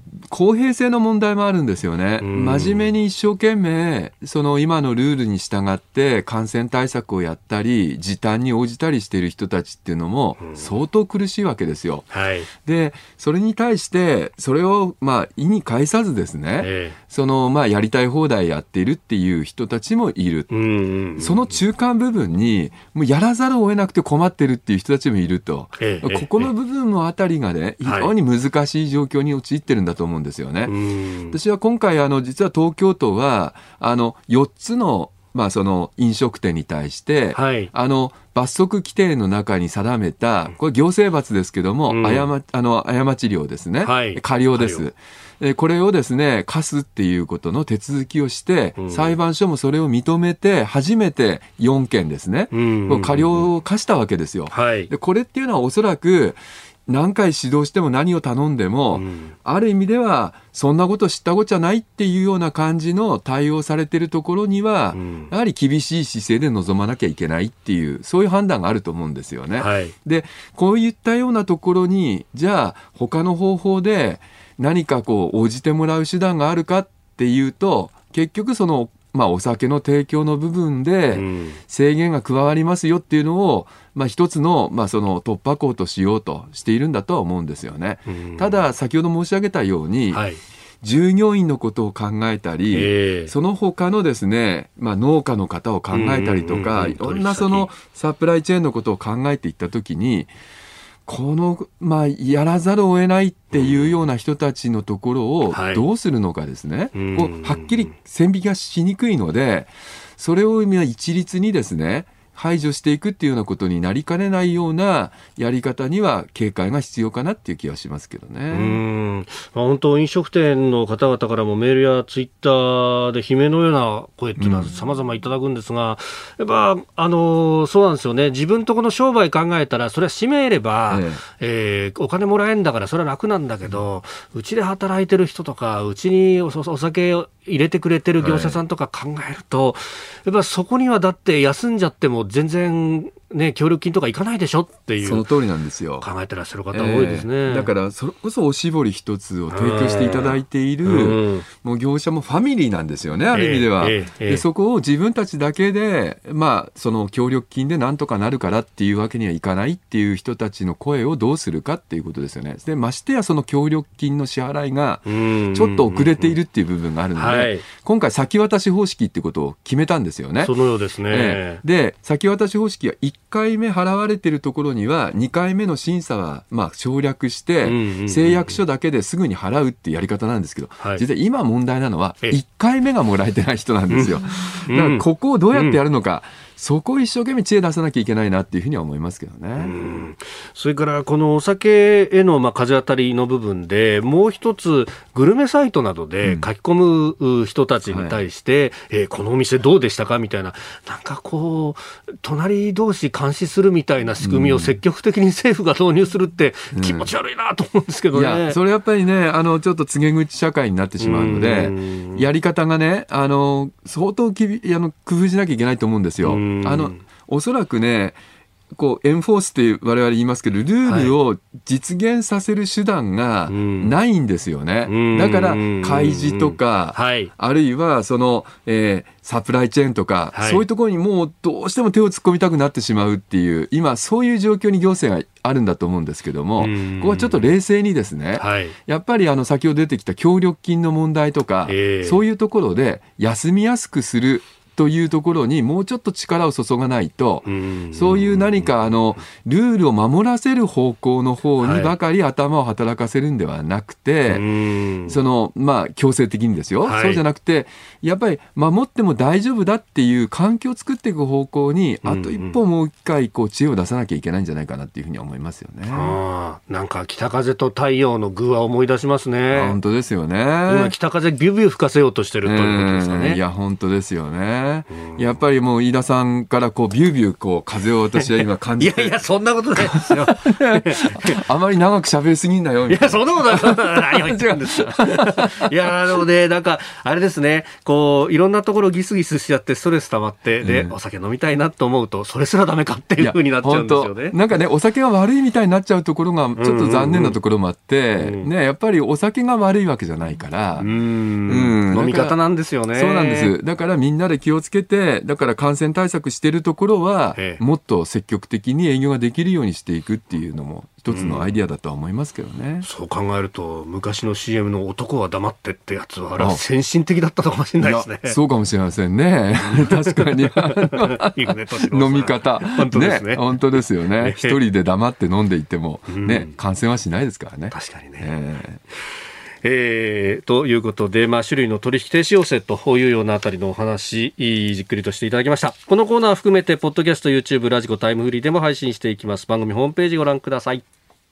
公平性の問題もあるんですよね。真面目に一生懸命その今のルールに従って感染対策をやったり時短に応じたりしている人たちっていうのも相当苦しいわけですよ、うんはい、でそれに対してそれをまあ意に介さずですね、ええ、そのまあやりたい放題やっているっていう人たちもいる、うんうんうん、その中間部分にもうやらざるを得なくて困ってるっていう人たちもいると、ええ、ここの部分のあたりがね非常に難しい状況に陥ってるんだと思うんですよね、はい、私は今回あの実は東京都はあのよっつのまあ、その飲食店に対して、はい、あの罰則規定の中に定めたこれ行政罰ですけども、うん、過, あの過ち料ですね、はい、過料です。これをですね課すっていうことの手続きをして、うん、裁判所もそれを認めて初めてよんけんですね、うんうん、過料を課したわけですよ、はい、でこれっていうのはおそらく何回指導しても何を頼んでも、うん、ある意味ではそんなこと知ったことじゃないっていうような感じの対応されているところには、うん、やはり厳しい姿勢で臨まなきゃいけないっていうそういう判断があると思うんですよね、はい、でこういったようなところにじゃあ他の方法で何かこう応じてもらう手段があるかっていうと結局そのまあ、お酒の提供の部分で制限が加わりますよっていうのを、まあ、一つの、まあ、その突破口としようとしているんだとは思うんですよね。ただ先ほど申し上げたように、はい、従業員のことを考えたり、えー、その他のですね、まあ、農家の方を考えたりとか、いろんなそのサプライチェーンのことを考えていったときにこの、まあ、やらざるを得ないっていうような人たちのところをどうするのかですね、はい、こうはっきり線引きがしにくいのでそれを一律にですね排除していくっていうようなことになりかねないようなやり方には警戒が必要かなっていう気はしますけどね。うーん、まあ、本当飲食店の方々からもメールやツイッターで悲鳴のような声っていうのは様々いただくんですが、やっぱあのそうなんですよね。自分とこの商売考えたらそれは閉めれば、えええー、お金もらえるんだからそれは楽なんだけど、うちで働いてる人とかうちに お, お酒を入れてくれてる業者さんとか考えると、はい、やっぱそこにはだって休んじゃっても全然ね、協力金とかいかないでしょっていうその通りなんですよ。 考えてらっしゃる方多いですね、 えー、だからそれこそおしぼり一つを提供していただいている、うん、もう業者もファミリーなんですよね、ある意味では、えーえーえー、でそこを自分たちだけで、まあ、その協力金でなんとかなるからっていうわけにはいかないっていう人たちの声をどうするかっていうことですよね。でましてやその協力金の支払いがちょっと遅れているっていう部分があるので、はい、今回先渡し方式ってことを決めたんですよね。 そのようですね、 えー、で先渡し方式はいっかいめ払われているところにはにかいめの審査はまあ省略して誓約書だけですぐに払うっていうやり方なんですけど、はい、実は今問題なのはいっかいめがもらえてない人なんですよ。だからここをどうやってやるのか、そこを一生懸命知恵出さなきゃいけないなっていうふうには思いますけどね。うん、 それからこのお酒へのまあ風当たりの部分でもう一つグルメサイトなどで書き込む人たちに対して、うんはいえー、このお店どうでしたかみたいな、なんかこう隣同士監視するみたいな仕組みを積極的に政府が導入するって気持ち悪いなと思うんですけどね、うん、 いやそれやっぱりねあのちょっと告げ口社会になってしまうので、うん、やり方がねあの相当きびあの工夫しなきゃいけないと思うんですよ。うんあのおそらくねこうエンフォースって我々言いますけどルールを実現させる手段がないんですよね、はい、だから開示とか、はい、あるいはその、えー、サプライチェーンとか、はい、そういうところにもうどうしても手を突っ込みたくなってしまうっていう今そういう状況に行政があるんだと思うんですけども、ここはちょっと冷静にですね、はい、やっぱりあの先ほど出てきた協力金の問題とかそういうところで休みやすくするというところにもうちょっと力を注がないと、そういう何かあのルールを守らせる方向の方にばかり頭を働かせるんではなくて、はい、そのまあ強制的にですよ、はい、そうじゃなくてやっぱり守っても大丈夫だっていう環境を作っていく方向にあと一歩もう一回こう知恵を出さなきゃいけないんじゃないかなっていうふうに思いますよね。 あなんか北風と太陽の具は思い出しますね。 本当ですよね。 今北風ビュービュー吹かせようとしてるということですかね。 いや本当ですよね。 ね。やっぱりもう飯田さんからこうビュービューこう風を私は今感じていやいやそんなことないですよあまり長く喋りすぎんなよみたいな。 いやそんなことない何を言ってるんですかいやでもねなんかあれですねこういろんなところギスギスしちゃってストレス溜まってで、うん、お酒飲みたいなと思うとそれすらダメかっていう風になっちゃうんですよね。 なんかねお酒が悪いみたいになっちゃうところがちょっと残念なところもあって、うんうんうん、ねやっぱりお酒が悪いわけじゃないから、うん、 うん、飲み方なんですよね。 そうなんです。だからみんなで気をつけてだから感染対策してるところはもっと積極的に営業ができるようにしていくっていうのも一つのアイディアだとは思いますけどね、うん、 そう考えると昔の シーエム の男は黙ってってやつはあれは先進的だったのかもしれないですね。 そうかもしれませんね確かに飲み方本当ですね、 ね本当ですよね一人で黙って飲んでいても、ね、感染はしないですからね。 確かにね、えーえー、ということで、まあ、種類の取引停止要請というようなあたりのお話じっくりとしていただきました。このコーナーを含めてポッドキャスト YouTube ラジコタイムフリーでも配信していきます。番組ホームページご覧ください。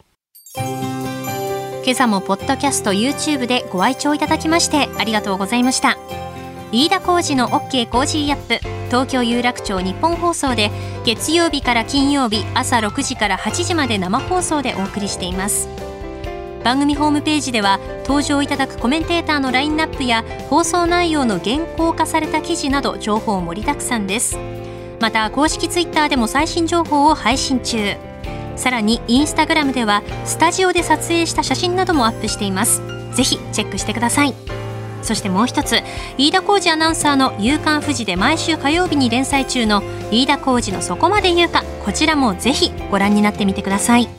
今朝もポッドキャスト YouTube でご愛聴いただきましてありがとうございました。飯田浩司の OK コージーアップ東京有楽町日本放送で月曜日から金曜日朝ろくじからはちじまで生放送でお送りしています。番組ホームページでは登場いただくコメンテーターのラインナップや放送内容の原稿化された記事など情報盛りだくさんです。また公式ツイッターでも最新情報を配信中。さらにインスタグラムではスタジオで撮影した写真などもアップしています。ぜひチェックしてください。そしてもう一つ飯田浩司アナウンサーの夕刊フジで毎週火曜日に連載中の飯田浩司のそこまで言うか、こちらもぜひご覧になってみてください。